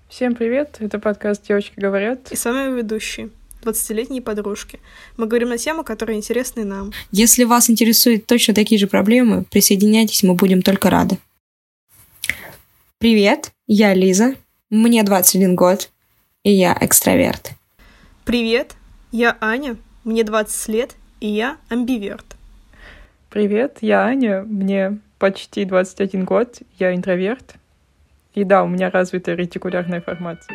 Всем привет, это подкаст «Девочки говорят». И с вами ведущие, 20-летние подружки. Мы говорим на темы, которые интересны нам. Если вас интересуют точно такие же проблемы, присоединяйтесь, мы будем только рады. Привет, я Лиза, мне 21 год, и я экстраверт. Привет, я Аня, мне 20 лет, и я амбиверт. Привет, я Аня, мне почти 21 год, я интроверт. И да, у меня развита ретикулярная формация.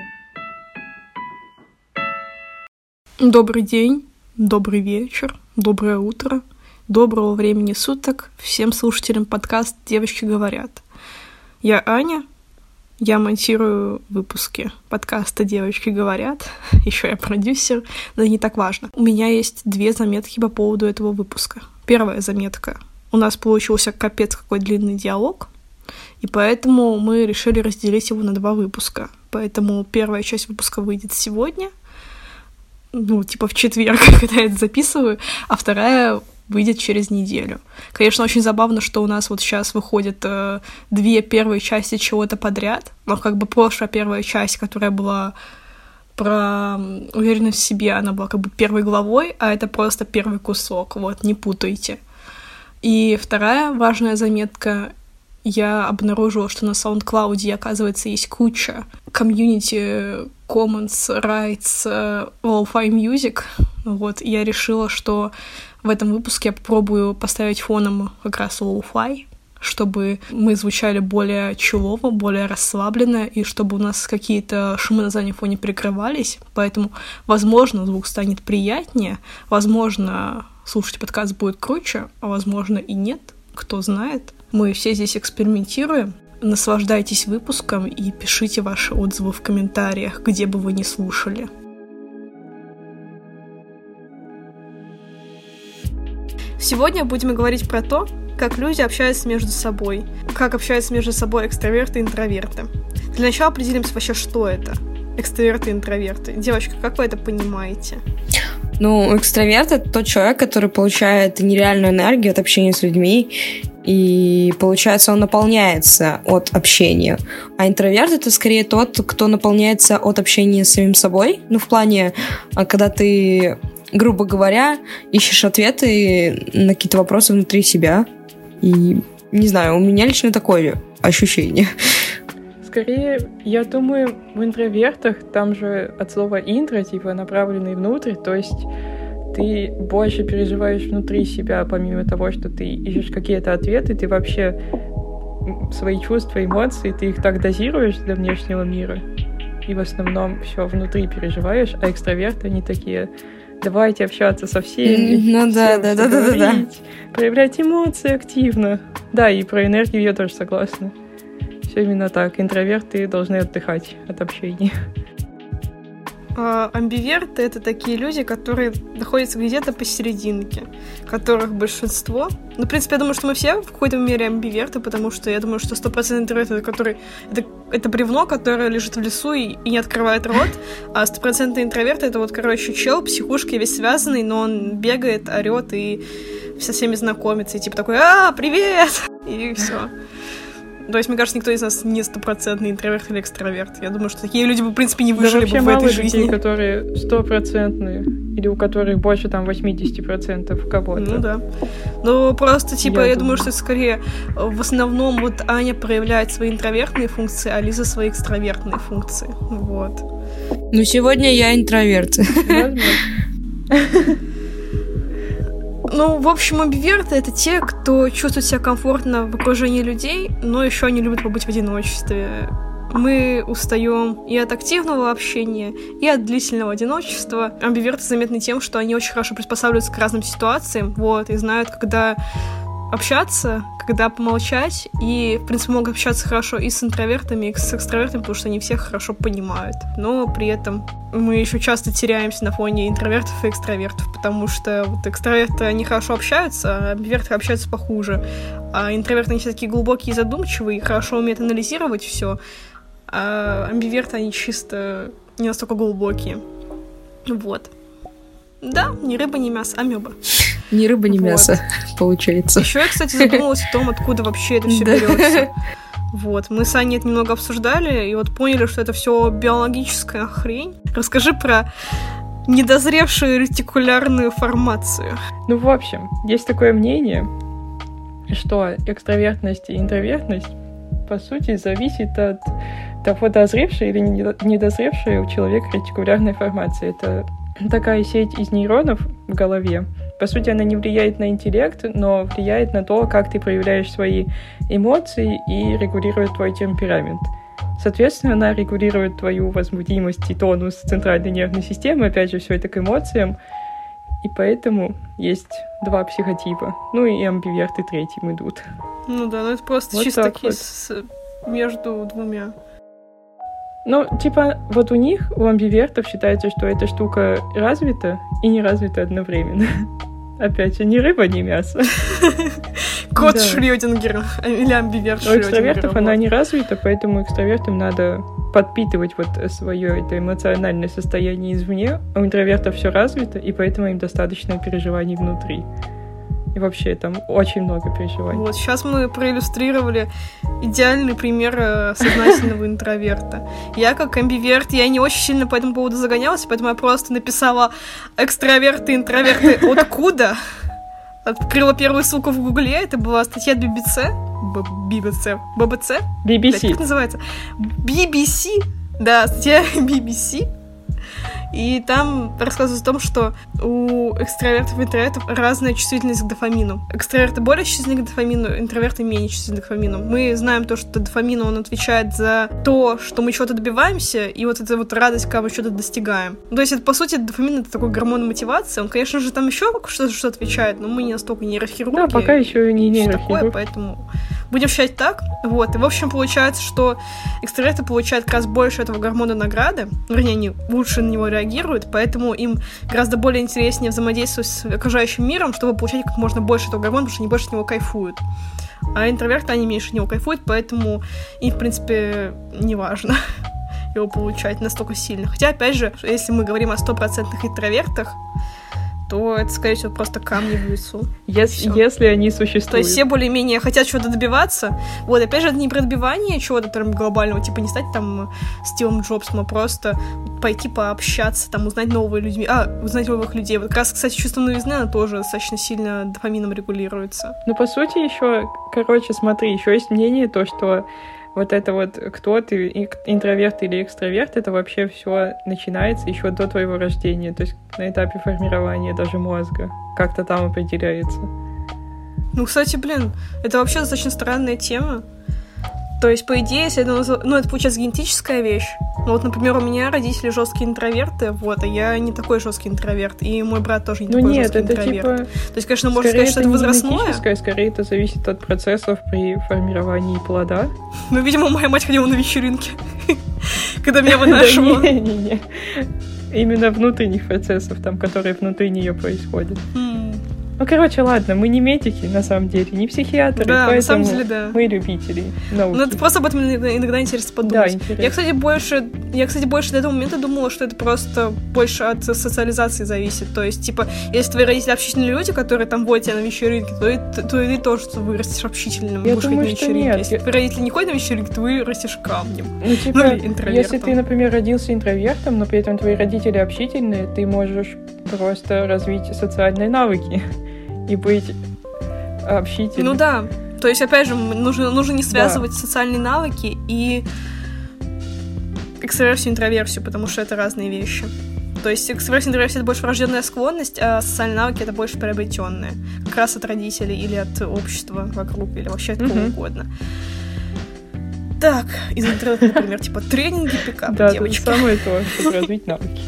Добрый день, добрый вечер, доброе утро, доброго времени суток всем слушателям подкаста «Девочки говорят». Я Аня, я монтирую выпуски подкаста «Девочки говорят», еще я продюсер, но это не так важно. У меня есть 2 заметки по поводу этого выпуска. Первая заметка. У нас получился капец какой длинный диалог, и поэтому мы решили разделить его на 2 выпуска. Поэтому первая часть выпуска выйдет сегодня, в четверг, когда я это записываю, а вторая выйдет через неделю. Конечно, очень забавно, что у нас вот сейчас выходят 2 первые части чего-то подряд, но прошлая первая часть, которая была про уверенность в себе, она была первой главой, а это просто первый кусок, не путайте. И вторая важная заметка. Я обнаружила, что на SoundCloud, оказывается, есть куча комьюнити, commons, rights, lo-fi music. И я решила, что в этом выпуске я попробую поставить фоном как раз lo-fi, чтобы мы звучали более чилово, более расслабленно, и чтобы у нас какие-то шумы на заднем фоне перекрывались. Поэтому, возможно, звук станет приятнее, возможно, слушать подкаст будет круче, а возможно и нет, кто знает. Мы все здесь экспериментируем. Наслаждайтесь выпуском и пишите ваши отзывы в комментариях, где бы вы ни слушали. Сегодня будем говорить про то, как люди общаются между собой. Как общаются между собой экстраверты и интроверты. Для начала определимся вообще, что это. Экстраверты и интроверты. Девочка, как вы это понимаете? Экстраверт — это тот человек, который получает нереальную энергию от общения с людьми, и, получается, он наполняется от общения. А интроверт — это скорее тот, кто наполняется от общения с самим собой. В плане, когда ты, грубо говоря, ищешь ответы на какие-то вопросы внутри себя. И, не знаю, у меня лично такое ощущение. Скорее, я думаю, в интровертах там же от слова «интро», направленный внутрь, то есть ты больше переживаешь внутри себя, помимо того, что ты ищешь какие-то ответы, ты вообще свои чувства, эмоции, ты их так дозируешь для внешнего мира, и в основном все внутри переживаешь, а экстраверты, они такие: давайте общаться со всеми, проявлять эмоции активно. Да, и про энергию я тоже согласна. Все именно так. Интроверты должны отдыхать от общения. Амбиверты — это такие люди, которые находятся где-то посерединке, которых большинство. В принципе, я думаю, что мы все в какой-то мере амбиверты, потому что я думаю, что 100% интроверты, это бревно, которое лежит в лесу и не открывает рот, а 100% интроверты — это чел, психушка, весь связанный, но он бегает, орёт и со всеми знакомится, и такой: привет! И все. То есть, мне кажется, никто из нас не 100% интроверт или экстраверт. Я думаю, что такие люди бы, в принципе, не выжили бы в этой жизни. Людей, которые 100%, или у которых больше 80% кого-то. Да. Просто, я думаю, что это скорее в основном Аня проявляет свои интровертные функции, а Лиза свои экстравертные функции. Сегодня я интроверт. В общем, амбиверты — это те, кто чувствует себя комфортно в окружении людей, но еще они любят побыть в одиночестве. Мы устаем и от активного общения, и от длительного одиночества. Амбиверты заметны тем, что они очень хорошо приспосабливаются к разным ситуациям, и знают, когда общаться, когда помолчать, и, в принципе, могут общаться хорошо и с интровертами, и с экстравертами, потому что они всех хорошо понимают. Но при этом мы еще часто теряемся на фоне интровертов и экстравертов, потому что экстраверты, они хорошо общаются, а амбиверты общаются похуже. А интроверты, они все такие глубокие и задумчивые, хорошо умеют анализировать все, а амбиверты, они чисто не настолько глубокие. Да, ни рыба, ни мясо, амеба. Ни рыба, ни мясо, получается. Еще я, кстати, задумалась о том, откуда вообще это все берется. Вот, мы с Аней это немного обсуждали, и вот поняли, что это все биологическая хрень. Расскажи про недозревшую ретикулярную формацию. Ну, в общем, есть такое мнение, что экстравертность и интровертность, по сути, зависит от того, дозревшая или недозревшая у человека ретикулярная формация. Это такая сеть из нейронов в голове. По сути, она не влияет на интеллект, но влияет на то, как ты проявляешь свои эмоции и регулирует твой темперамент. Соответственно, она регулирует твою возбудимость и тонус центральной нервной системы, опять же, все это к эмоциям. И поэтому есть два психотипа. Ну и амбиверты третьим идут. Ну да, ну это просто вот чисто кейс вот между двумя. Ну, типа, вот у них, у амбивертов, считается, что эта штука развита и не развита одновременно. Опять же, ни рыба, ни мясо. Кот Шрёдингера или амбиверт Шрёдингера. У экстравертов она не развита, поэтому экстравертам надо подпитывать вот свое это эмоциональное состояние извне. А у интровертов все развито, и поэтому им достаточно переживаний внутри. И вообще там очень много переживаний. Вот, сейчас мы проиллюстрировали идеальный пример сознательного интроверта. Я как амбиверт, я не очень сильно по этому поводу загонялась, поэтому я просто написала экстраверты, интроверты откуда? Открыла первую ссылку в Гугле, это была статья BBC. BBC. Как называется? BBC. Да, статья BBC. И там рассказывается о том, что у экстравертов и интровертов разная чувствительность к дофамину. Экстраверты более чувствительны к дофамину, интроверты менее чувствительны к дофамину. Мы знаем то, что дофамин, он отвечает за то, что мы чего-то добиваемся, и вот эта вот радость, когда мы что-то достигаем. То есть, это, по сути, дофамин — это такой гормон мотивации. Он, конечно же, там еще что-то отвечает, но мы не настолько нейрохирурги. Да, пока еще не нейрохирург. Такое, поэтому будем считать так. Вот. И, в общем, получается, что экстраверты получают как раз больше этого гормона награды. Вернее, они лучше на него реагируют, поэтому им гораздо более интереснее взаимодействовать с окружающим миром, чтобы получать как можно больше этого гормона, потому что они больше от него кайфуют. А интроверты, они меньше от него кайфуют, поэтому им, в принципе, не важно его получать настолько сильно. Хотя, опять же, если мы говорим о 100% интровертах, то это, скорее всего, просто камни в лесу. Если они существуют. То есть все более-менее хотят чего-то добиваться. Вот, опять же, это не про добивание чего-то там глобального, типа не стать там Стивом Джобсом, а просто пойти пообщаться, там, узнать новых людей. Вот как раз, кстати, чувство новизны, оно тоже достаточно сильно дофамином регулируется. Ну, по сути, еще, смотри, еще есть мнение то, что вот это вот, кто ты, интроверт или экстраверт, это вообще все начинается еще до твоего рождения, то есть на этапе формирования даже мозга. Как-то там определяется. Ну, кстати, это вообще достаточно странная тема. То есть, по идее, если это получается генетическая вещь. Ну, вот, например, у меня родители жесткие интроверты, вот, а я не такой жесткий интроверт, и мой брат тоже не такой жесткий интроверт. Типа... То есть, конечно, можно сказать, что это возрастное. Скорее, это зависит от процессов при формировании плода. Ну, видимо, моя мать ходила на вечеринки, когда меня вынашивала. Не. Именно внутренних процессов, там, которые внутри нее происходят. Ну, короче, ладно, мы не медики, на самом деле, не психиатры, да, поэтому на самом деле, да. Мы любители науки. Ну, это просто об этом иногда интересно подумать. Да, интересно. Я, кстати, больше до этого момента думала, что это просто больше от социализации зависит. То есть, типа, если твои родители общительные люди, которые там водят тебя на вечеринки, то и ты тоже вырастешь общительным. Я думаю, что нет. Если твои родители не ходят на вечеринки, то вы растешь камнем. Ну, типа, если ты, например, родился интровертом, но при этом твои родители общительные, ты можешь просто развить социальные навыки и быть общительным. Ну да. То есть, опять же, нужно не связывать социальные навыки и экстраверсию и интроверсию, потому что это разные вещи. То есть экстраверсия и интроверсия — это больше врожденная склонность, а социальные навыки — это больше приобретенные. Как раз от родителей или от общества вокруг, или вообще от кого угодно. Так, из интернета, например, типа тренинги пикапа, девочки. Да, это самое то, чтобы развить навыки.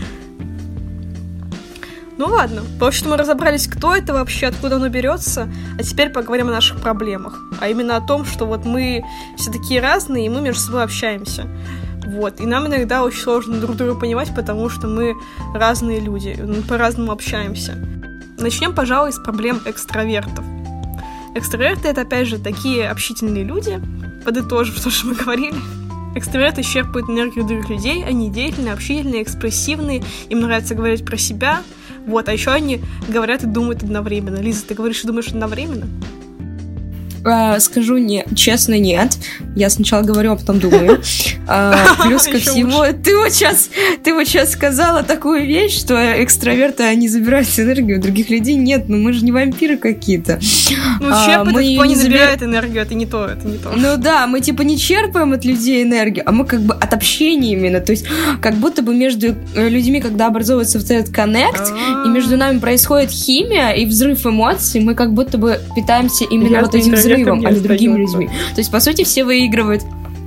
Ну ладно, в общем, мы разобрались, кто это вообще, откуда оно берется, а теперь поговорим о наших проблемах, а именно о том, что вот мы все такие разные, и мы между собой общаемся. Вот, и нам иногда очень сложно друг друга понимать, потому что мы разные люди, мы по-разному общаемся. Начнем, пожалуй, с проблем экстравертов. Экстраверты — это, опять же, такие общительные люди, подытожив то, что мы говорили. Экстраверты исчерпывают энергию других людей, они деятельные, общительные, экспрессивные, им нравится говорить про себя. Вот, а еще они говорят и думают одновременно. Лиза, ты говоришь и думаешь одновременно? Скажу честно, нет. Я сначала говорю, а потом думаю. Плюс ко всему, ты вот сейчас сказала такую вещь, что экстраверты, они забирают энергию у других людей. Нет, ну мы же не вампиры какие-то. Ну, черпать в плане забирает энергию, это не то. Ну да, мы типа не черпаем от людей энергию, а мы как бы от общения именно. То есть как будто бы между людьми, когда образуется вот этот коннект, и между нами происходит химия и взрыв эмоций, мы как будто бы питаемся именно вот этим взрывом, а не другими людьми. То есть, по сути, все выигрывают.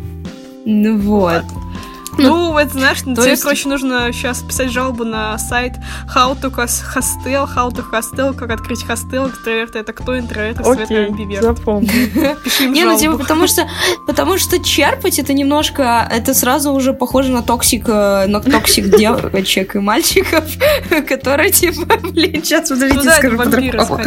Ну вот. Ну, это, знаешь, тебе, короче, нужно сейчас писать жалобу на сайт How to Hostel, как открыть хостел, экстраверты это кто, интроверт, экстраверт, амбиверт. Запомнил. Пиши им не, жалобу. Ну, типа, потому что черпать это немножко, это сразу уже похоже на токсик девочек и мальчиков, которые, типа, блин, сейчас, подождите, скажу по-другому.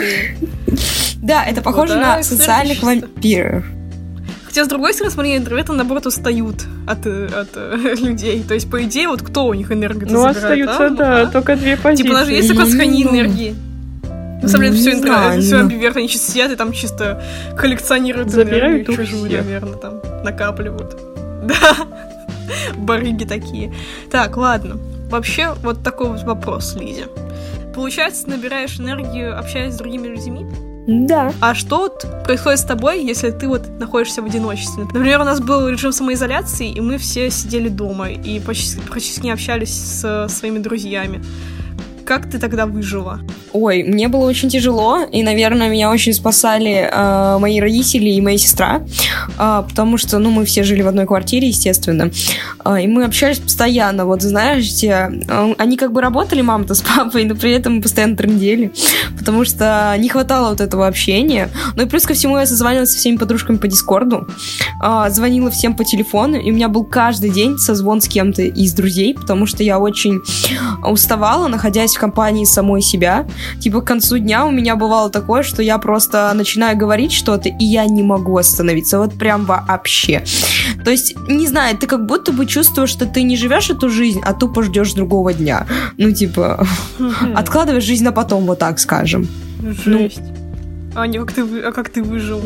Да, это похоже на социальных вампиров. Хотя, с другой стороны, смотри, интроверты, наоборот, устают от людей. То есть, по идее, вот кто у них энергию забирает? Ну, остаются, да, только две позиции. Типа, даже есть такое сохранение энергии. На самом деле, все амбиверты, они чисто сидят и там чисто коллекционируют энергию чужую, наверное, там, накапливают. Да, барыги такие. Так, ладно. Вообще, вот такой вот вопрос, Лиза. Получается, ты набираешь энергию, общаясь с другими людьми? Да. А что вот происходит с тобой, если ты вот находишься в одиночестве? Например, у нас был режим самоизоляции, и мы все сидели дома и практически не общались с своими друзьями. Как ты тогда выжила? Ой, мне было очень тяжело, и, наверное, меня очень спасали мои родители и моя сестра, потому что, ну, мы все жили в одной квартире, естественно, и мы общались постоянно, вот, знаете, они как бы работали, мама-то с папой, но при этом мы постоянно трындели, потому что не хватало вот этого общения, ну, и плюс ко всему я созванивалась со всеми подружками по Дискорду, звонила всем по телефону, и у меня был каждый день созвон с кем-то из друзей, потому что я очень уставала, находясь в компании самой себя. Типа, к концу дня у меня бывало такое, что я просто начинаю говорить что-то, и я не могу остановиться. Вот прям вообще. То есть, не знаю, ты как будто бы чувствуешь, что ты не живешь эту жизнь, а тупо ждешь другого дня. Ну, типа, откладываешь жизнь на потом, вот так скажем. Жесть. Аня, как ты выжил?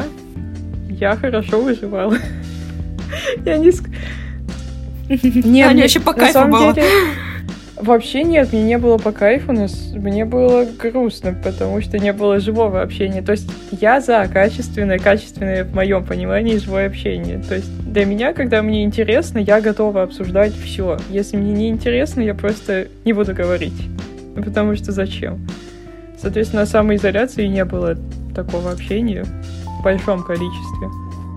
Я хорошо выживала. Я не... Аня вообще по кайфу была. Вообще нет, мне не было по кайфу, но мне было грустно, потому что не было живого общения. То есть я за качественное в моем понимании живое общение. То есть для меня, когда мне интересно, я готова обсуждать все. Если мне не интересно, я просто не буду говорить. Потому что зачем? Соответственно, на самоизоляции не было такого общения в большом количестве.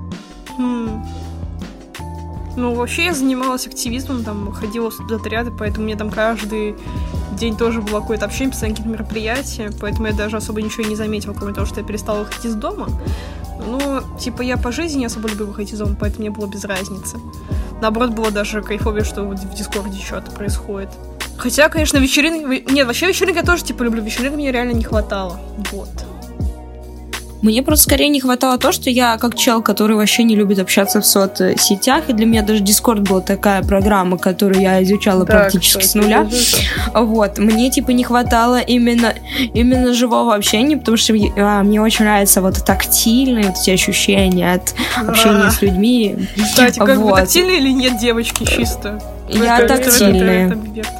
Ну, вообще я занималась активизмом, там, ходила в студотряды, поэтому мне там каждый день тоже было какое-то общение, постоянно какие-то мероприятия, поэтому я даже особо ничего не заметила, кроме того, что я перестала выходить из дома. Но, типа, я по жизни не особо люблю выходить из дома, поэтому мне было без разницы. Наоборот, было даже кайфовее, что в Дискорде что-то происходит. Хотя, конечно, вечеринки... Нет, вообще вечеринки я тоже, типа, люблю. Вечеринок мне реально не хватало. Вот. Мне просто скорее не хватало то, что я как чел, который вообще не любит общаться в соцсетях, и для меня даже Discord была такая программа, которую я изучала практически с нуля. Вот, мне типа не хватало именно живого общения, потому что мне очень нравятся вот тактильные вот эти ощущения от общения с людьми. Кстати, как бы тактильные или нет девочки чисто? Я тактильная.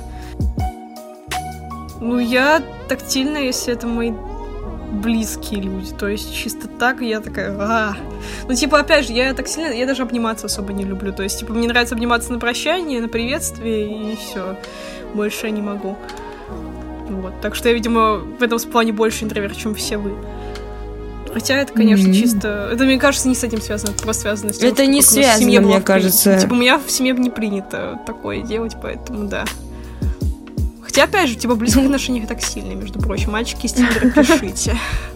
Ну, я тактильная, если это мои близкие люди, то есть чисто так я такая, Ну, типа, опять же, я так сильно, я даже обниматься особо не люблю, то есть, типа, мне нравится обниматься на прощание, на приветствие, и все, больше я не могу. Вот, так что я, видимо, в этом плане больше интроверт, чем все вы. Хотя это, конечно, чисто... Это, мне кажется, не с этим связано, это просто связано с тем, это не связано, мне кажется. Типа, у меня в семье не принято такое делать, поэтому да. Хотя, опять же, типа, в близких отношениях так сильно, между прочим. Мальчики из Тиндера, пишите.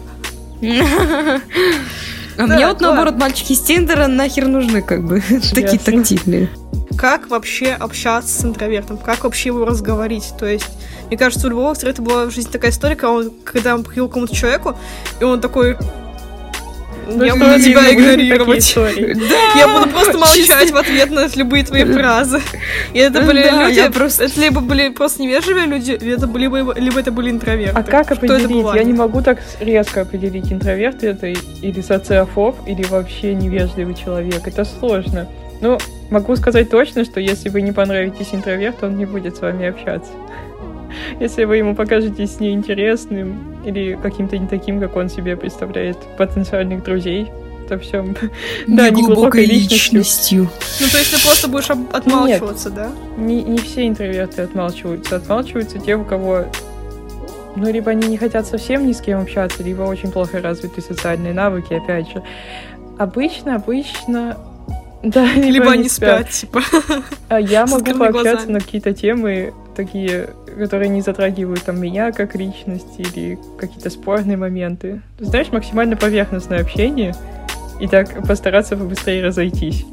А мне вот, наоборот, мальчики из Тиндера нахер нужны, как бы, такие тактильные. Как вообще общаться с интровертом? Как вообще его разговорить? То есть, мне кажется, у любого экстраверта была в жизни такая история, когда он приходил к кому-то человеку, и он такой... Я буду тебя игнорировать. Я буду просто молчать в ответ на любые твои фразы. И это были люди, это либо были просто невежливые люди, либо это были интроверты. А как определить? Я не могу так резко определить, интроверт это или социофоб, или вообще невежливый человек. Это сложно. Ну, могу сказать точно, что если вы не понравитесь интроверту, он не будет с вами общаться. Если вы ему покажетесь неинтересным или каким-то не таким, как он себе представляет потенциальных друзей, то все. Да, неглубокой личностью. Ну, то есть ты просто будешь отмалчиваться, да? Не все интроверты отмалчиваются. Отмалчиваются те, у кого... Ну, либо они не хотят совсем ни с кем общаться, либо очень плохо развиты социальные навыки, опять же. Обычно... Да, либо они спят, типа. А я могу пообщаться на какие-то темы, такие, которые не затрагивают там меня как личность или какие-то спорные моменты. Знаешь, максимально поверхностное общение и так постараться побыстрее разойтись.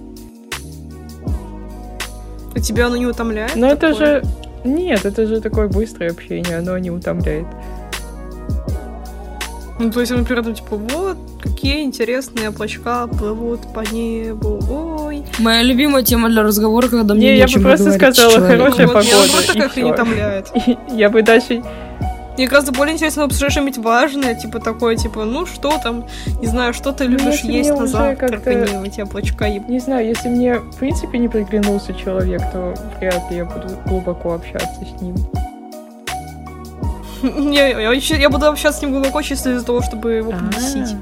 А тебя оно не утомляет? Ну это же... Нет, это же такое быстрое общение, оно не утомляет. Ну, то есть, например, там, типа, вот, какие интересные облачка плывут по небу, ой. Моя любимая тема для разговора, когда мне я бы просто сказала, хорошая погода, и как не утомляет. Я бы дальше... Мне гораздо более интересно обсуждать что-нибудь важное, типа такое, типа, ну что там, не знаю, что ты любишь есть на завтрак, а не эти облачка. Не знаю, если мне в принципе не приглянулся человек, то вряд ли я буду глубоко общаться с ним. Я буду общаться с ним глубоко чисто из-за того, чтобы его побесить.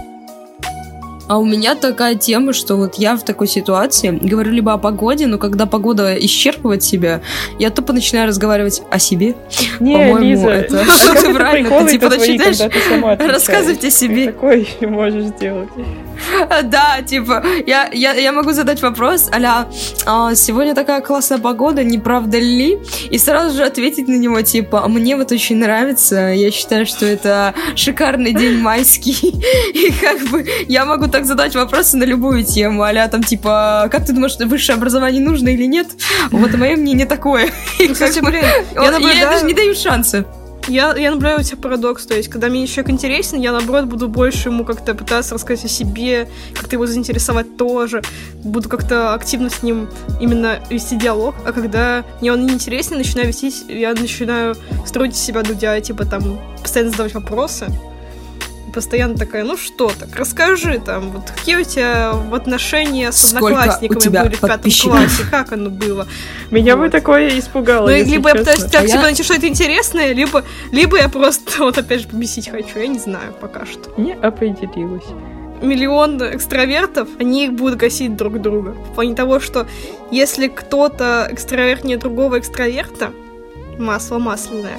А у меня такая тема, что вот я в такой ситуации говорю либо о погоде, но когда погода исчерпывает себя, я тупо начинаю разговаривать о себе. Не, по-моему, Лиза, это правильно, ты типа начинаешь рассказывать о себе. Такое еще можешь сделать. Да, типа, я могу задать вопрос, а-ля, сегодня такая классная погода, не правда ли? И сразу же ответить на него, типа, мне вот очень нравится, я считаю, что это шикарный день майский. И как бы я могу так задать вопросы на любую тему, а-ля там, типа, как ты думаешь, высшее образование нужно или нет? Вот мое мнение такое. Кстати, блин, я даже не даю шанса. Я наблюдаю у тебя парадокс, то есть, когда мне человек интересен, я, наоборот, буду больше ему как-то пытаться рассказать о себе, как-то его заинтересовать тоже, буду как-то активно с ним именно вести диалог, а когда мне он не интересен, я начинаю строить из себя Дудя, типа, там, постоянно задавать вопросы, постоянно такая, ну что так, расскажи там, вот какие у тебя отношения с одноклассниками были в 5 классе, как оно было? Меня бы такое испугало, ну, либо я пытаюсь так типа найти что-то интересное, либо я просто вот опять же побесить хочу, я не знаю пока что. Не определилась. Миллион экстравертов, они их будут гасить друг друга. В плане того, что если кто-то экстравертнее другого экстраверта, масло масляное,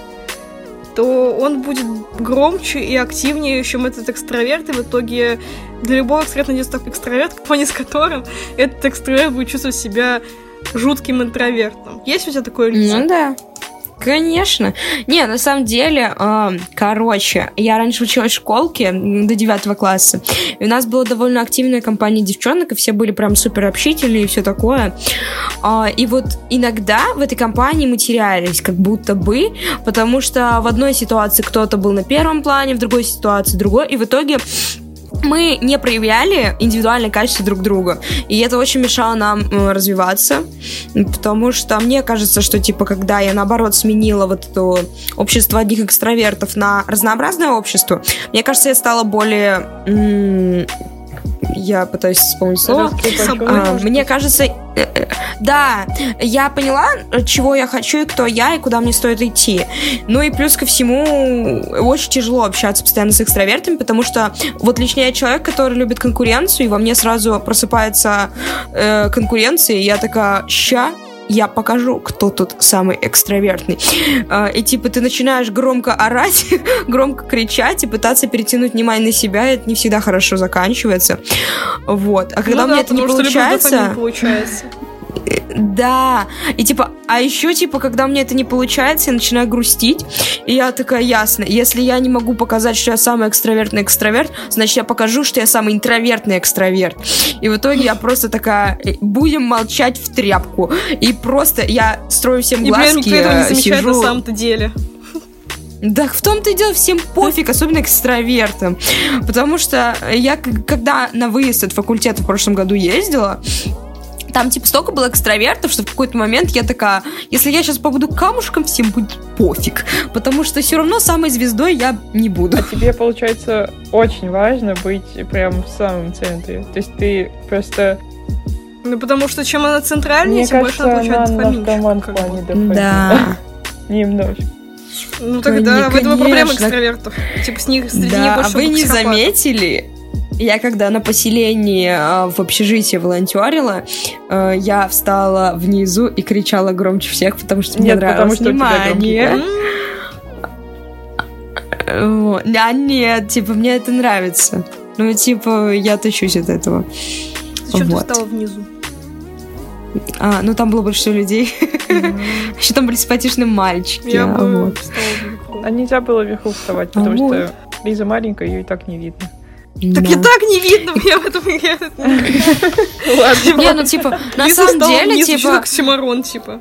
то он будет громче и активнее, чем этот экстраверт, и в итоге для любого экстраверта найдется такой экстраверт, в плане с которым этот экстраверт будет чувствовать себя жутким интровертом. Есть у тебя такое лицо? Ну да. Конечно. Не, на самом деле, короче, я раньше училась в школке до 9 класса, и у нас была довольно активная компания девчонок, и все были прям супер общительные и все такое. И вот иногда в этой компании мы терялись, как будто бы, потому что в одной ситуации кто-то был на первом плане, в другой ситуации другой, и в итоге мы не проявляли индивидуальные качества друг друга, и это очень мешало нам развиваться, потому что мне кажется, что, типа, когда я, наоборот, сменила вот это общество одних экстравертов на разнообразное общество, мне кажется, я стала более... Я пытаюсь вспомнить слово. Мне кажется, да, я поняла, чего я хочу и кто я, и куда мне стоит идти. Ну и плюс ко всему, очень тяжело общаться постоянно с экстравертами, потому что вот лично я человек, который любит конкуренцию, и во мне сразу просыпается конкуренция, и я такая, я покажу, кто тут самый экстравертный. И типа ты начинаешь громко орать, громко кричать и пытаться перетянуть внимание на себя, и это не всегда хорошо заканчивается. Вот. А когда у меня это не получается... Да, и типа, а еще типа, когда у меня это не получается, я начинаю грустить, и я такая, ясно, если я не могу показать, что я самый экстравертный экстраверт, значит, я покажу, что я самый интровертный экстраверт. И в итоге я просто такая, будем молчать в тряпку, и просто я строю всем глазки, и при этом не замечаю на самом-то деле. Да, в том-то и дело, всем пофиг, особенно экстравертам. Потому что я, когда на выезд от факультета в прошлом году ездила, там, типа, столько было экстравертов, что в какой-то момент я такая, если я сейчас побуду камушком, всем будет пофиг. Потому что все равно самой звездой я не буду. А тебе, получается, очень важно быть прям в самом центре. То есть ты просто... Ну, потому что чем она центральнее, тем больше она получает дофаминчик. Да. Немножко. Ну, тогда в этом и проблема экстравертов. Типа, среди них больше психопатов. А вы не заметили... Я когда на поселении в общежитии волонтерила, я встала внизу и кричала громче всех, потому что мне нравилось внимание. А нет, типа, мне это нравится. Ну, типа, я тащусь от этого. Зачем ты встала внизу? Ну там было больше всего людей. Еще там были симпатичные мальчики. Я бы встала вверху. А нельзя было вверху вставать, потому что Лиза маленькая, ее и так не видно. Так и так не видно, я в этом... Ладно. Не, ну типа, на самом деле, типа... Оксиморон, типа.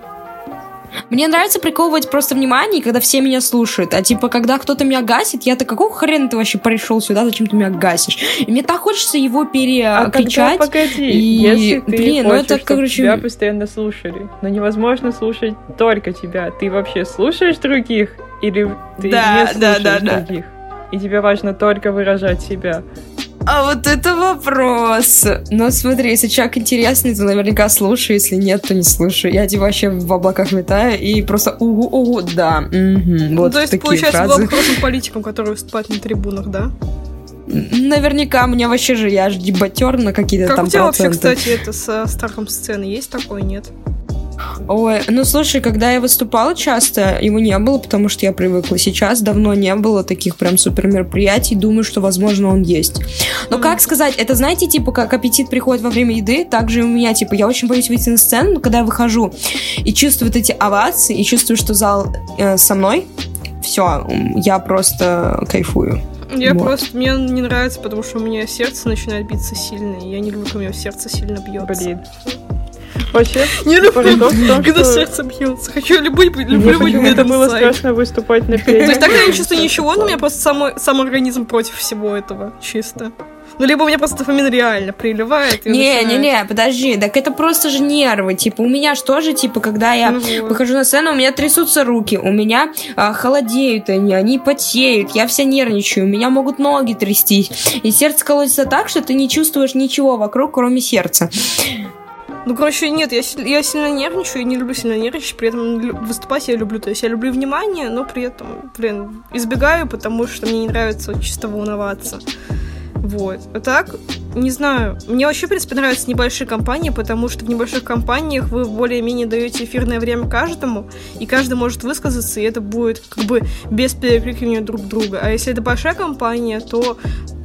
Мне нравится приковывать просто внимание, когда все меня слушают. А типа, когда кто-то меня гасит, я-то какого хрена ты вообще пришел сюда, зачем ты меня гасишь? И мне так хочется его перекричать. Погоди, если ты хочешь, чтобы тебя постоянно слушали, но невозможно слушать только тебя. Ты вообще слушаешь других? Или ты не слушаешь других? И тебе важно только выражать себя. А вот это вопрос. Но смотри, если человек интересный, то наверняка слушаю, если нет, то не слушаю. Я типа вообще в облаках летаю и просто угу, да. Угу. Вот то есть, такие получается, фразы. была бы хорошим политиком, который выступает на трибунах, да? Наверняка, мне вообще же, я же дебатер на какие-то как там у тебя проценты. вообще, кстати, это со страхом сцены есть такое, нет? Ой, ну слушай, когда я выступала часто, его не было, потому что я привыкла. Сейчас давно не было таких прям супер мероприятий, думаю, что, возможно, он есть. Но как сказать, это, знаете, типа, как аппетит приходит во время еды, так же и у меня, типа, я очень боюсь выйти на сцену, но когда я выхожу и чувствую вот эти овации, и чувствую, что зал со мной, все, я просто кайфую. Мне не нравится, потому что у меня сердце начинает биться сильно, и я не люблю, когда у меня сердце сильно бьется. Блин. Вообще, не люблю, когда сердце бьется. Хочу люблю быть это было страшно выступать на песне. То есть тогда я не чувствую ничего, но у меня просто сам организм против всего этого, чисто. Ну, либо у меня просто дофамин реально приливает. Не, подожди, так это просто же нервы. Типа, у меня что же, типа, когда я выхожу на сцену, у меня трясутся руки, у меня холодеют они потеют, я вся нервничаю, у меня могут ноги трястись, и сердце колотится так, что ты не чувствуешь ничего вокруг, кроме сердца. Ну, короче, нет, я сильно нервничаю, я не люблю сильно нервничать, при этом выступать я люблю. То есть я люблю внимание, но при этом, избегаю, потому что мне не нравится чисто волноваться. Вот. А так, не знаю. Мне вообще, в принципе, нравятся небольшие компании, потому что в небольших компаниях вы более-менее даете эфирное время каждому, и каждый может высказаться, и это будет как бы без перекрикивания друг друга. А если это большая компания, то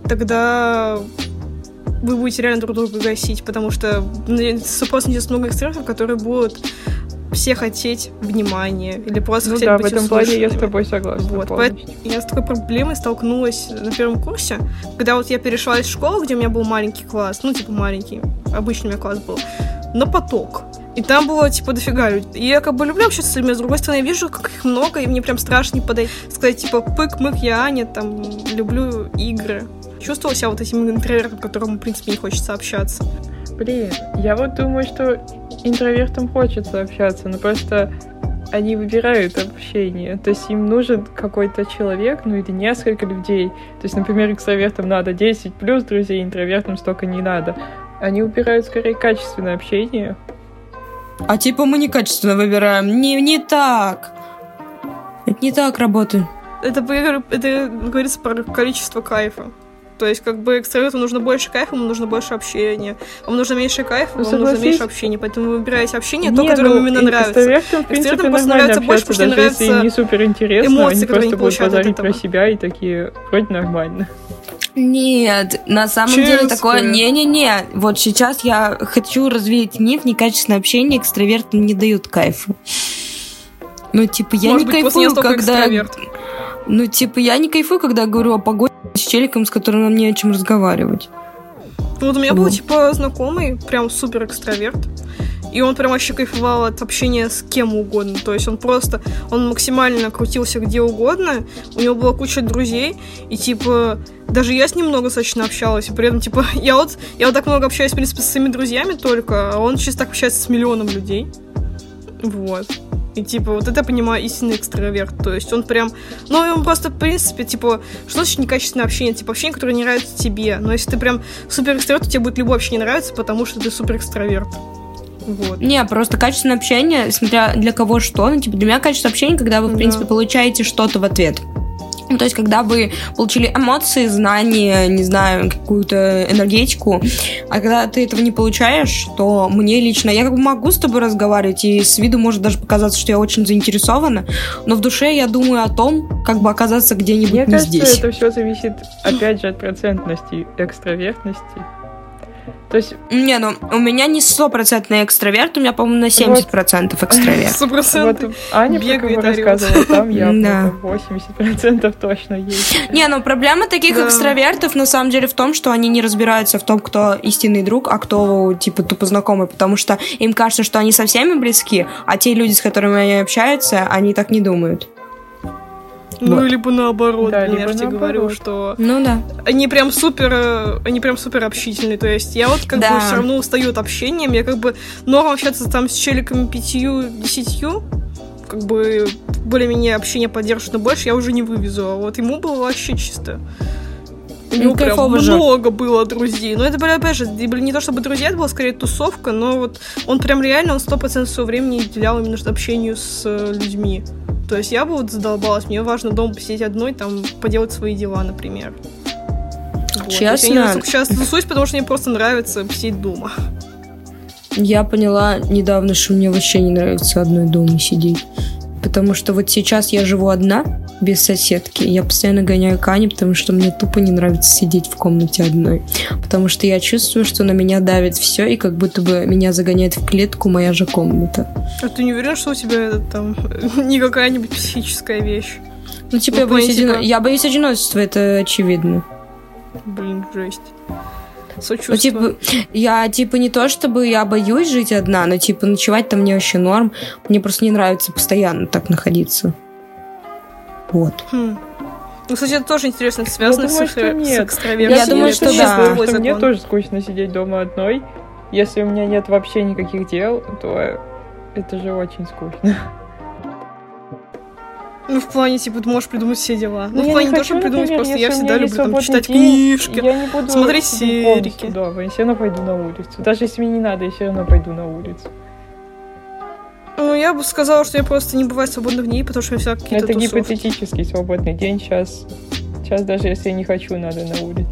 тогда вы будете реально друг друга гасить, потому что просто есть много экстремистов, которые будут все хотеть внимания или просто хотеть быть услышанными. В этом плане я с тобой согласна. Вот. Я с такой проблемой столкнулась на первом курсе, когда вот я перешла из школы, где у меня был маленький класс, маленький, обычный у меня класс был, на поток. И там было, дофига людей. И я люблю общаться с людьми, с другой стороны, я вижу, как их много, и мне прям страшно не подойти. Сказать, пык-мык, я Аня, люблю игры. Чувствовала себя вот этим интровертом, которому, в принципе, не хочется общаться. Блин, я вот думаю, что интровертам хочется общаться, но просто они выбирают общение. То есть им нужен какой-то человек, или несколько людей. То есть, например, экстравертам надо 10 плюс друзей, интровертам столько не надо. Они выбирают скорее качественное общение. А мы некачественно выбираем. Не так. Это не так работает. Это говорится про количество кайфа. То есть, экстраверту нужно больше кайфа, ему нужно больше общения. Вам нужно меньше кайфа, вам нужно меньше общения. Поэтому вы выбираете общение, то, которое вам именно нравится. Экстравертам, в принципе, нормально общаться, больше, даже если им не супер интересно, эмоции, они просто будут базарить про себя и такие, вроде нормально. Нет, на самом деле такое... Не-не-не. Вот сейчас я хочу развеять миф, некачественное общение экстравертам не дают кайфа. Я не кайфую, когда... я не кайфую, когда говорю о погоде с челиком, с которым нам не о чем разговаривать. Вот у меня был, знакомый, прям супер экстраверт. и он прям вообще кайфовал от общения с кем угодно. То есть он максимально крутился где угодно, у него была куча друзей, и, типа, даже я с ним много достаточно общалась, и при этом, типа, я вот так много общаюсь, в принципе, со своими друзьями только, а он чисто так общается с миллионом людей. Вот. И, типа, вот это, я понимаю, истинный экстраверт. То есть он прям... Ну, он просто, в принципе, типа... Что значит некачественное общение? Типа, общение, которое не нравится тебе. Но если ты прям супер экстраверт, то тебе будет любое общение нравиться, потому что ты супер экстраверт. Вот. Не, просто качественное общение, смотря для кого что. Ну, типа, для меня качественное общение, когда вы, в принципе, получаете что-то в ответ. Ну, то есть, когда вы получили эмоции, знания, не знаю, какую-то энергетику, а когда ты этого не получаешь, то мне лично... Я как бы могу с тобой разговаривать, и с виду может даже показаться, что я очень заинтересована, но в душе я думаю о том, как бы оказаться где-нибудь мне не кажется, здесь. Это все зависит, опять же, от процентности экстравертности. То есть... Не, ну, у меня не 100% экстраверт, у меня, по-моему, на 70% экстраверт. 100% Вот Аня бегает, рассказывала, там явно Да. 80% точно есть. Не, ну, проблема таких экстравертов, на самом деле, в том, что они не разбираются в том, кто истинный друг, а кто, типа, тупо знакомый, потому что им кажется, что они со всеми близки, а те люди, с которыми они общаются, они так не думают. Ну, Вот. либо наоборот, Да, я либо же тебе наоборот. говорю, что Ну да. они прям супер общительные. То есть я вот как Да. бы все равно устаю от общения. Мне как бы норм общаться там с челиками 5-10, как бы более-менее общение поддерживать, но больше я уже не вывезу. А вот ему было вообще чисто. У него прям кайфово же. много было друзей. Но это были, опять же, не то чтобы друзья, это была скорее тусовка, но вот он прям реально, он 100% своего времени уделял именно общению с людьми. То есть я бы вот задолбалась, мне важно дома посидеть одной, там, поделать свои дела, например. Вот. Честно? Я не сейчас тусуюсь, потому что мне просто нравится посидеть дома. Я поняла недавно, что мне вообще не нравится одной дома сидеть. Потому что вот сейчас я живу одна, без соседки. Я постоянно гоняю к Ане, потому что мне тупо не нравится сидеть в комнате одной. Потому что я чувствую, что на меня давит все, и как будто бы меня загоняет в клетку моя же комната. А ты не уверен, что у тебя это там не какая-нибудь психическая вещь? Ну, типа, Ну, я боюсь одиночества, это очевидно. Блин, жесть. Ну, Сочувствую. типа, я, типа, не то чтобы я боюсь жить одна, но, типа, ночевать-то мне вообще норм. Мне просто не нравится постоянно так находиться. Вот. Ну, кстати, это тоже интересно, это связано думаю, с что нет. экстраверсией. Я думаю, что Это да. чисто твой Что мне закон. тоже скучно сидеть дома одной. Если у меня нет вообще никаких дел, то это же очень скучно. Ну, в плане, типа, ты можешь придумать все дела. Ну, я в плане не то, хочу, чтобы придумать, например, просто я если у всегда меня есть люблю там свободный читать день, книжки. я не буду смотреть сидеть полностью серики. дома, я все равно пойду на улицу. Даже если мне не надо, я все равно пойду на улицу. Ну, я бы сказала, что я просто не бывает свободных дней, потому что у меня всегда какие-то Это тусовки. гипотетический свободный день. Сейчас даже если я не хочу, надо на улицу.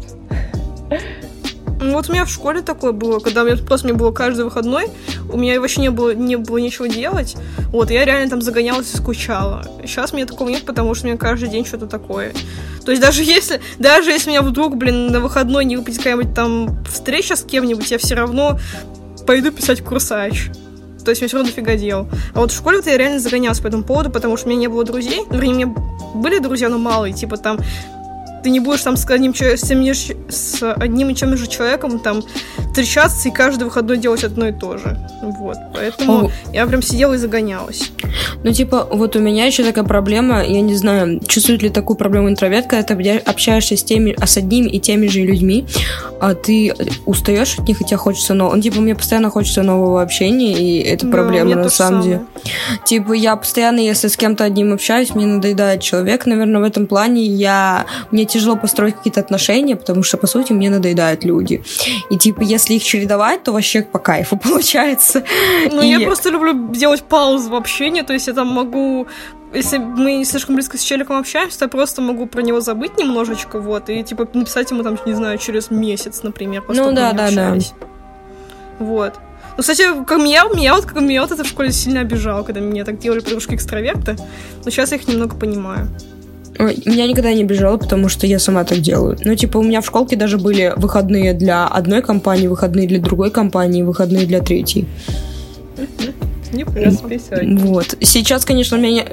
Ну, вот у меня в школе такое было, когда мне было каждый выходной, у меня вообще не было ничего делать. Вот, я реально там загонялась и скучала. Сейчас мне такого нет, потому что у меня каждый день что-то такое. То есть даже если меня вдруг, на выходной не выпадет какая-нибудь там встреча с кем-нибудь, я все равно пойду писать курсач. То есть мне все равно дофига дел. А вот в школе я реально загонялась по этому поводу, потому что у меня не было друзей. Вернее, у меня были друзья, но малые. Типа там ты не будешь там с одним и тем же человеком там встречаться и каждый выходной делать одно и то же. Вот. Поэтому я прям сидела и загонялась. Ну, типа, вот у меня еще такая проблема, я не знаю, чувствует ли такую проблему интроверт, когда ты общаешься с одними и теми же людьми, а ты устаешь от них, и тебе хочется нового. Типа, мне постоянно хочется нового общения, и это проблема на самом деле. Типа, я постоянно, если с кем-то одним общаюсь, мне надоедает человек, наверное, в этом плане мне тяжело построить какие-то отношения, потому что, по сути, мне надоедают люди. И, типа, если их чередовать, то вообще по кайфу получается. Ну, я просто люблю делать паузу в общении, то есть я там могу... Если мы не слишком близко с человеком общаемся, то я просто могу про него забыть немножечко, вот, и, типа, написать ему, там, не знаю, через месяц, например, просто ну, да. Вот. Ну, кстати, меня вот это в школе сильно обижало, когда меня так делали подружки-экстраверты, но сейчас я их немного понимаю. Меня никогда не обижало, потому что я сама так делаю. Ну, типа, у меня в школке даже были выходные для одной компании, выходные для другой компании, выходные для третьей. Не расписать. Вот. Сейчас, конечно, у меня...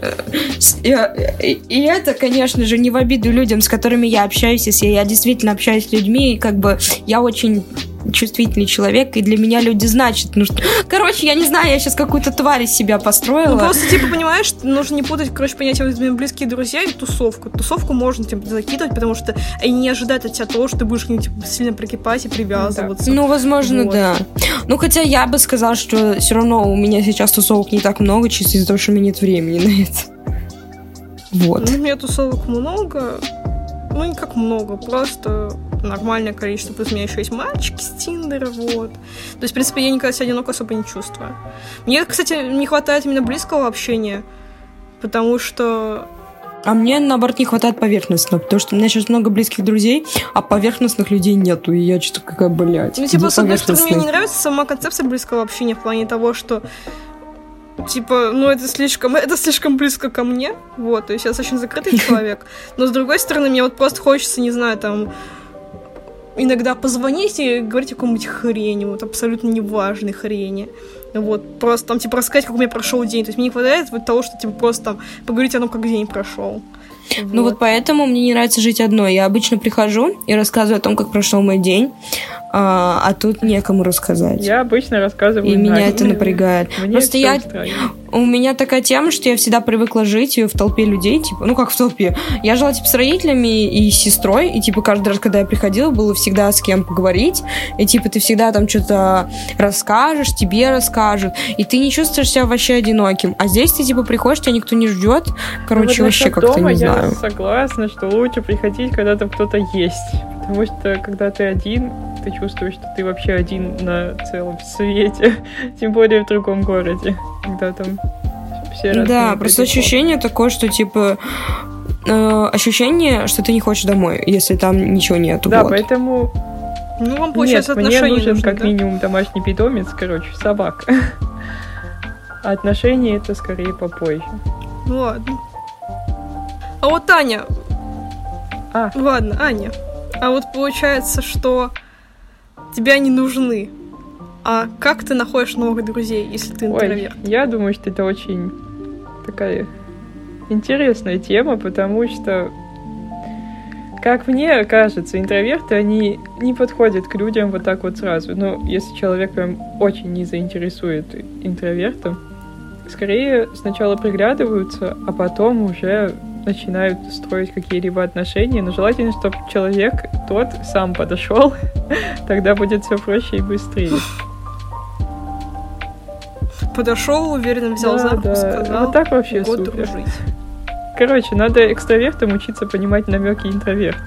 И это, конечно же, не в обиду людям, с которыми я общаюсь, если я действительно общаюсь с людьми, и как бы я очень чувствительный человек, и для меня люди значат. Ну, что... Короче, я не знаю, я сейчас какую-то тварь из себя построила. Ну, просто, типа, понимаешь, нужно не путать, короче, понятие близкие друзья и тусовку. Тусовку можно, типа, закидывать, потому что они не ожидают от тебя того, что ты будешь к ним, типа, сильно прикипать и привязываться. Ну, возможно, вот. Да. Ну, хотя я бы сказала, что все равно у меня сейчас тусовок не так много, чисто из-за того, что у меня нет времени на это. Вот. Ну, у меня тусовок много. Ну, не как много, просто нормальное количество. Плюс у меня еще есть мальчики с Тиндера, вот. То есть, в принципе, я никогда себя одиноко особо не чувствую. Мне, кстати, не хватает именно близкого общения, потому что... А мне, наоборот, не хватает поверхностного, потому что у меня сейчас много близких друзей, а поверхностных людей нету, и я что-то какая, блядь. Ну, типа, с одной стороны, мне не нравится сама концепция близкого общения в плане того, что типа, ну, это слишком близко ко мне, вот, то есть я очень закрытый человек, но, с другой стороны, мне вот просто хочется, не знаю, там, иногда позвонить и говорить о каком-нибудь хрени, вот, абсолютно неважной хрени, вот, просто там, типа, рассказать, как у меня прошел день, то есть мне не хватает вот того, что, типа, просто там поговорить о том, как день прошел. Ну вот поэтому мне не нравится жить одной. Я обычно прихожу и рассказываю о том, как прошел мой день, а тут некому рассказать. Я обычно рассказываю. И меня это напрягает. Мне просто у меня такая тема, что я всегда привыкла жить в толпе людей, типа, ну как в толпе. Я жила типа с родителями и с сестрой, и типа каждый раз, когда я приходила, было всегда с кем поговорить, и типа ты всегда там что-то расскажешь, тебе расскажут, и ты не чувствуешь себя вообще одиноким. А здесь ты типа приходишь, тебя никто не ждет, короче, вот вообще как-то не знаю. Я согласна, что лучше приходить, когда там кто-то есть, потому что когда ты один, ты чувствуешь, что ты вообще один на целом свете, тем более в другом городе, когда там все разные. Да, просто ощущение такое, что типа ощущение, что ты не хочешь домой, если там ничего нету. Да, вот. Поэтому ну, вам, получается, отношения мне нужен нужны, как да? минимум домашний питомец, короче, собак. А отношения это скорее попозже. Ну ладно. А вот Аня. Ладно, Аня. А вот получается, что тебе они нужны. А как ты находишь новых друзей, если ты интроверт? Ой, я думаю, что это очень такая интересная тема, потому что, как мне кажется, интроверты, они не подходят к людям вот так вот сразу. Ну, если человек прям очень не заинтересует интровертом, скорее сначала приглядываются, а потом уже начинают строить какие-либо отношения. Но желательно, чтобы человек тот сам подошел, тогда будет все проще и быстрее. Подошел, уверенно взял за руку, сказал, вот так вообще год супер. дружить. Короче, надо экстравертам учиться понимать намеки интровертов.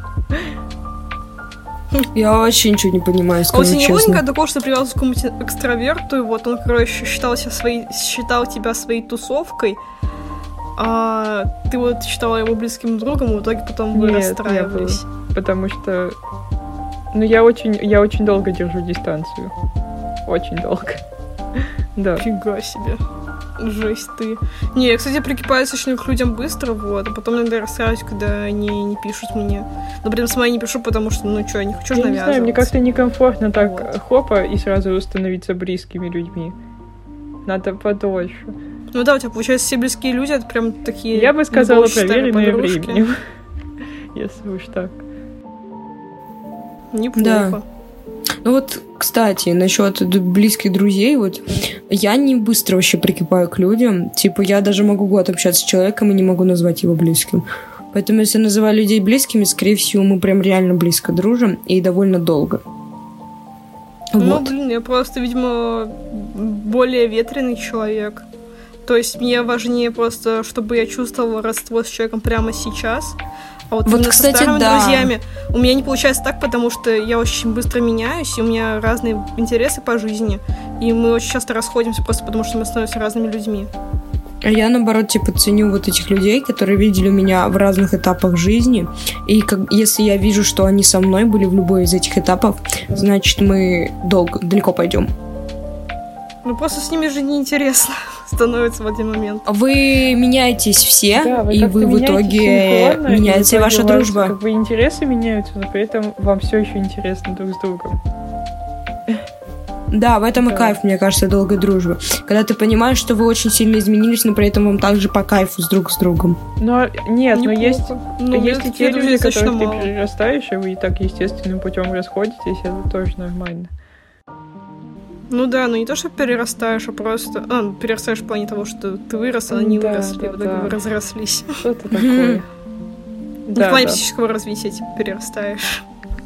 Я вообще ничего не понимаю, скажу честно. А у тебя не было никогда такого, что привязался к какому-нибудь экстраверту, и вот он, короче, считал тебя своей тусовкой, а ты вот считала его близким другом, и в итоге потом вы расстраивались? Нет, потому что... Ну, я очень долго держу дистанцию. Очень долго. Да. Фига себе. Жесть ты. Не, я, кстати, прикипаю достаточно к людям быстро, вот, а потом иногда расстраиваюсь, когда они не пишут мне. Но прям сама я не пишу, потому что, ну что, я не хочу навязываться. Я не знаю, мне как-то некомфортно так вот. Хопа и сразу становиться близкими людьми. Надо подольше. Ну да, у тебя, получается, все близкие люди, это прям такие... Я бы сказала, проверенные временем. Если уж так. Неплохо. Да. Ну вот, кстати, насчет близких друзей, вот я не быстро вообще прикипаю к людям. Типа, я даже могу год общаться с человеком и не могу назвать его близким. Поэтому, если я называю людей близкими, скорее всего, мы прям реально близко дружим и довольно долго. Ну, вот. Блин, я просто, видимо, более ветреный человек. То есть мне важнее просто, чтобы я чувствовала родство с человеком прямо сейчас. А вот кстати, со старыми друзьями у меня не получается так, потому что я очень быстро меняюсь, и у меня разные интересы по жизни. И мы очень часто расходимся просто потому, что мы становимся разными людьми. А я, наоборот, типа, ценю вот этих людей, которые видели меня в разных этапах жизни. И если я вижу, что они со мной были в любой из этих этапов, значит, мы далеко пойдем. Ну, просто с ними же неинтересно становится в один момент. Вы меняетесь все, да, и вы в итоге меняется и ваша дружба. Как бы интересы меняются, но при этом вам все еще интересно друг с другом. Да, в этом и кайф, мне кажется, долгой дружбы. Когда ты понимаешь, что вы очень сильно изменились, но при этом вам также по кайфу друг с другом. Но нет, но есть есть и те люди, которых ты перерастаешь, и вы так естественным путем расходитесь, это тоже нормально. Ну да, но не то, что перерастаешь, а просто... перерастаешь в плане того, что ты вырос, а они выросли, в итоге вы разрослись. Что-то такое. В плане психического развития, типа, перерастаешь.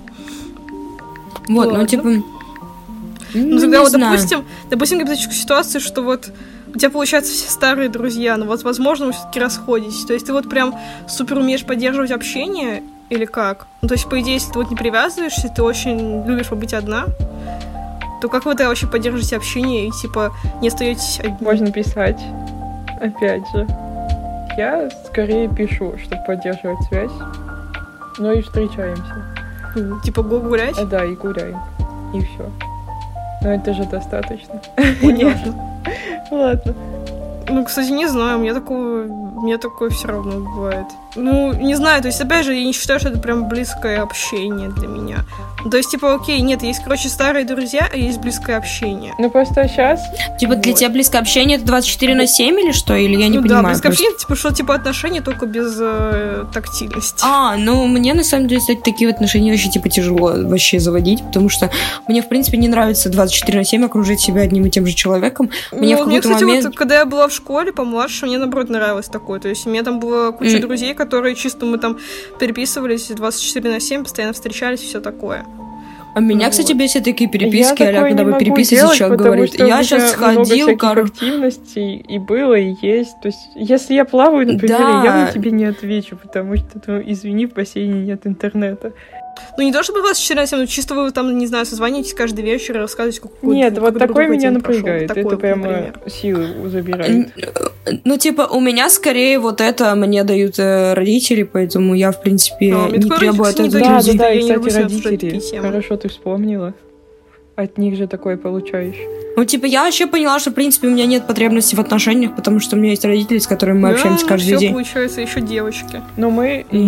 Вот, ну, типа... Ну, тогда вот, допустим, гипотетическую ситуацию, что вот у тебя, получается, все старые друзья, но вот, возможно, вы все-таки расходитесь. То есть ты вот прям супер умеешь поддерживать общение или как? Ну, то есть, по идее, если ты вот не привязываешься, ты очень любишь побыть одна, то как вы тогда вообще поддерживаете общение и, типа, не остаетесь одни? Можно писать. Опять же. Я скорее пишу, чтобы поддерживать связь. Но и встречаемся. Типа гулять? Да, и гуляем. И все. Но это же достаточно. Нет. Ладно. Ну, кстати, не знаю, у меня такое все равно бывает. Ну, не знаю, то есть, опять же, я не считаю, что это прям близкое общение для меня. То есть, типа, окей, нет, есть, короче, старые друзья, а есть близкое общение. Ну, просто сейчас... Типа, для тебя близкое общение — это 24/7 или что? Или я не понимаю? Да, близкое общение, типа, что, типа, отношения только без тактильности. Ну, мне, на самом деле, кстати, такие отношения очень, типа, тяжело вообще заводить, потому что мне, в принципе, не нравится 24/7 окружить себя одним и тем же человеком. Мне в какой-то кстати, момент... вот, когда я была в школе, помладше, мне, наоборот, нравилось такое. То есть, у меня там была куча друзей, которые чисто мы там переписывались 24/7, постоянно встречались, все такое. А меня, кстати, бесит такие переписки, когда вы переписываетесь, человек говорит, я сейчас сходил, активностей и было, и есть. То есть, если я плаваю, например, я тебе не отвечу, потому что, извини, в бассейне нет интернета. Ну, не то чтобы 24/7, но чисто вы там, не знаю, созваниваетесь каждый вечер и рассказываете, какой Нет, вот такой меня напрягает. Это прямо силы забирает. Ну, типа, у меня скорее вот это мне дают родители, поэтому я, в принципе, не требую от этого. Да, и, кстати, родители. Хорошо, ты вспомнила. От них же такое получаешь. Ну, типа, я вообще поняла, что, в принципе, у меня нет потребности в отношениях, потому что у меня есть родители, с которыми мы общаемся каждый день. Получается, еще девочки. Но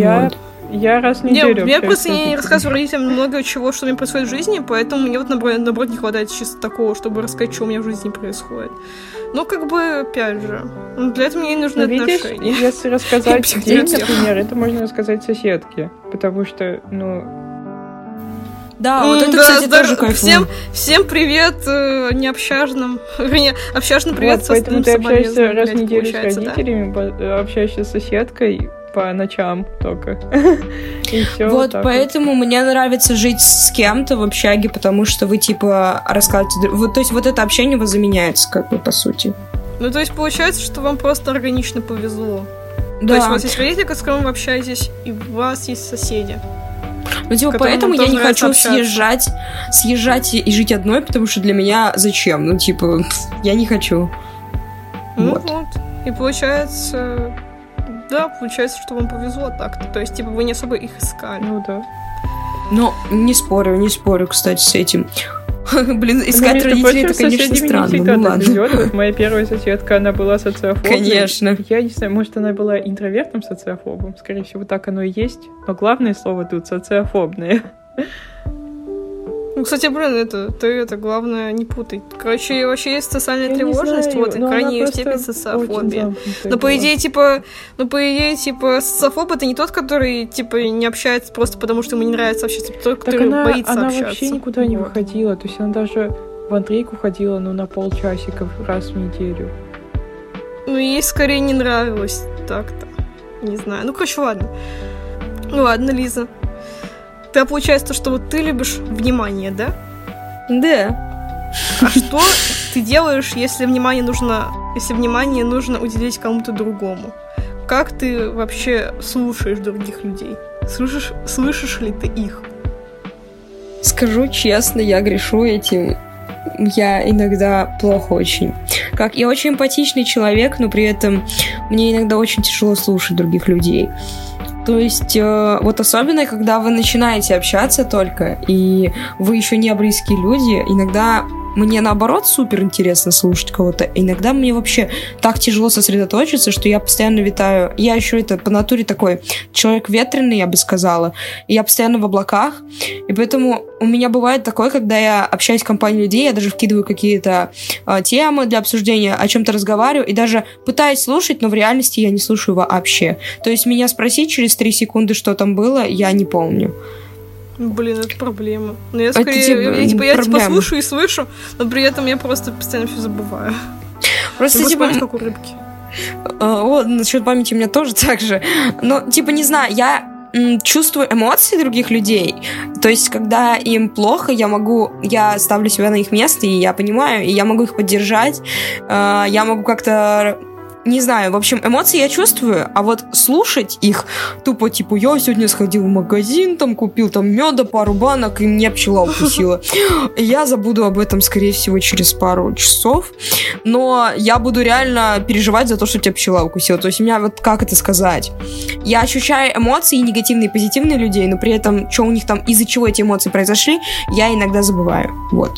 я раз в неделю. Я просто не рассказываю родителям много чего, что у меня происходит в жизни, поэтому мне вот, наоборот, не хватает чисто такого, чтобы рассказать, что у меня в жизни происходит. Ну, как бы, опять же, для этого мне и нужны отношения. Если рассказать день, например, это можно рассказать соседке, потому что, Да, вот это, кстати, тоже кайфово. Всем привет необщажным. Общажный привет со поэтому ты общаешься раз в неделю с родителями, общаешься с соседкой по ночам только. И всё, вот поэтому мне нравится жить с кем-то в общаге, потому что вы, типа, рассказываете... То есть вот это общение у вас заменяется, как бы, по сути. Ну, то есть получается, что вам просто органично повезло. Да. То есть у вас есть родители, с которыми вы общаетесь, и у вас есть соседи. Ну, типа, поэтому я не хочу съезжать и жить одной, потому что для меня зачем? Ну, типа, я не хочу. Вот. И получается... Да, получается, что вам повезло так-то. То есть, типа, вы не особо их искали. Ну, да. Но не спорю, кстати, с этим. Блин, искать родителей, это, конечно, странно. Ну, ладно. Вот моя первая соседка, она была социофобной. Конечно. Я не знаю, может, она была интровертом социофобом. Скорее всего, так оно и есть. Но главное слово тут социофобное. Ну, кстати, блин, ты главное, не путай. Короче, вообще есть социальная тревожность, вот, и крайняя степень социофобия. Но по идее, типа, социофоб — это не тот, который, типа, не общается просто потому, что ему не нравится общаться, а тот, который боится общаться. Она вообще никуда не выходила, то есть она даже в Андрейку ходила, на полчасика раз в неделю. Ну, ей скорее не нравилось так-то. Не знаю. Ну, короче, ладно. Ну, ладно, Лиза. Тогда получается, что вот ты любишь внимание, да? Да. А что ты делаешь, если внимание нужно уделить кому-то другому? Как ты вообще слушаешь других людей? Слышишь ли ты их? Скажу честно, я грешу этим. Я иногда плохо очень. Я очень эмпатичный человек, но при этом мне иногда очень тяжело слушать других людей. То есть, вот особенно, когда вы начинаете общаться только, и вы еще не близкие люди, иногда мне наоборот супер интересно слушать кого-то. Иногда мне вообще так тяжело сосредоточиться, что я постоянно витаю. Я еще по натуре такой человек ветреный, я бы сказала. И я постоянно в облаках. И поэтому у меня бывает такое, когда я общаюсь в компании людей, я даже вкидываю какие-то темы для обсуждения, о чем-то разговариваю, и даже пытаюсь слушать, но в реальности я не слушаю вообще. То есть меня спросить через 3 секунды, что там было, я не помню. Блин, это проблема. Но я скорее, я слушаю и слышу, но при этом я просто постоянно все забываю. Просто как у рыбки. Вот, насчет памяти у меня тоже так же. Но, не знаю, я чувствую эмоции других людей. То есть, когда им плохо, я ставлю себя на их место, и я понимаю, и я могу их поддержать. Я могу как-то... Не знаю, в общем, эмоции я чувствую, а вот слушать их тупо, я сегодня сходил в магазин, там купил меда, пару банок, и мне пчела укусила. Я забуду об этом, скорее всего, через пару часов, но я буду реально переживать за то, что тебя пчела укусила. То есть у меня как это сказать? Я ощущаю эмоции, негативные и позитивные людей, но при этом, что у них там, из-за чего эти эмоции произошли, я иногда забываю. Вот.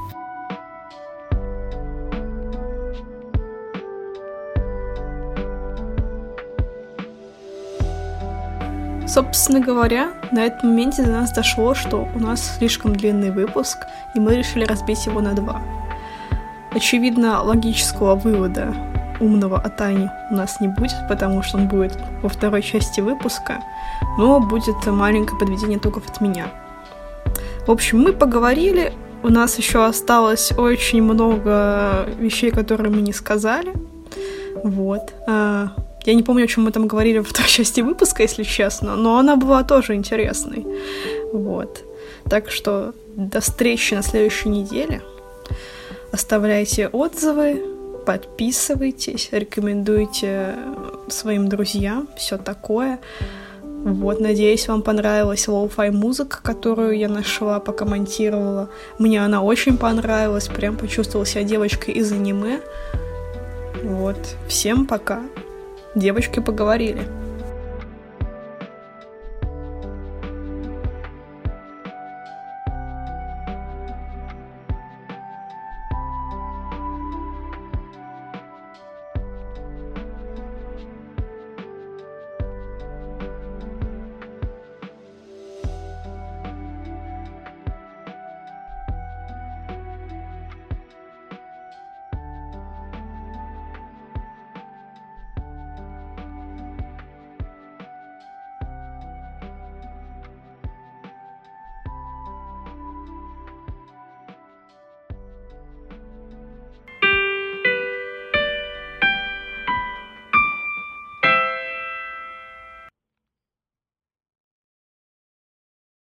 Собственно говоря, на этом моменте до нас дошло, что у нас слишком длинный выпуск, и мы решили разбить его на 2. Очевидно, логического вывода умного от Ани у нас не будет, потому что он будет во второй части выпуска, но будет маленькое подведение итогов от меня. В общем, мы поговорили, у нас еще осталось очень много вещей, которые мы не сказали. Вот. Я не помню, о чем мы там говорили во второй части выпуска, если честно, но она была тоже интересной. Вот. Так что до встречи на следующей неделе. Оставляйте отзывы, подписывайтесь, рекомендуйте своим друзьям, все такое. Вот, надеюсь, вам понравилась лоу-фай музыка, которую я нашла, пока монтировала. Мне она очень понравилась, прям почувствовала себя девочкой из аниме. Вот, всем пока. Девочки поговорили.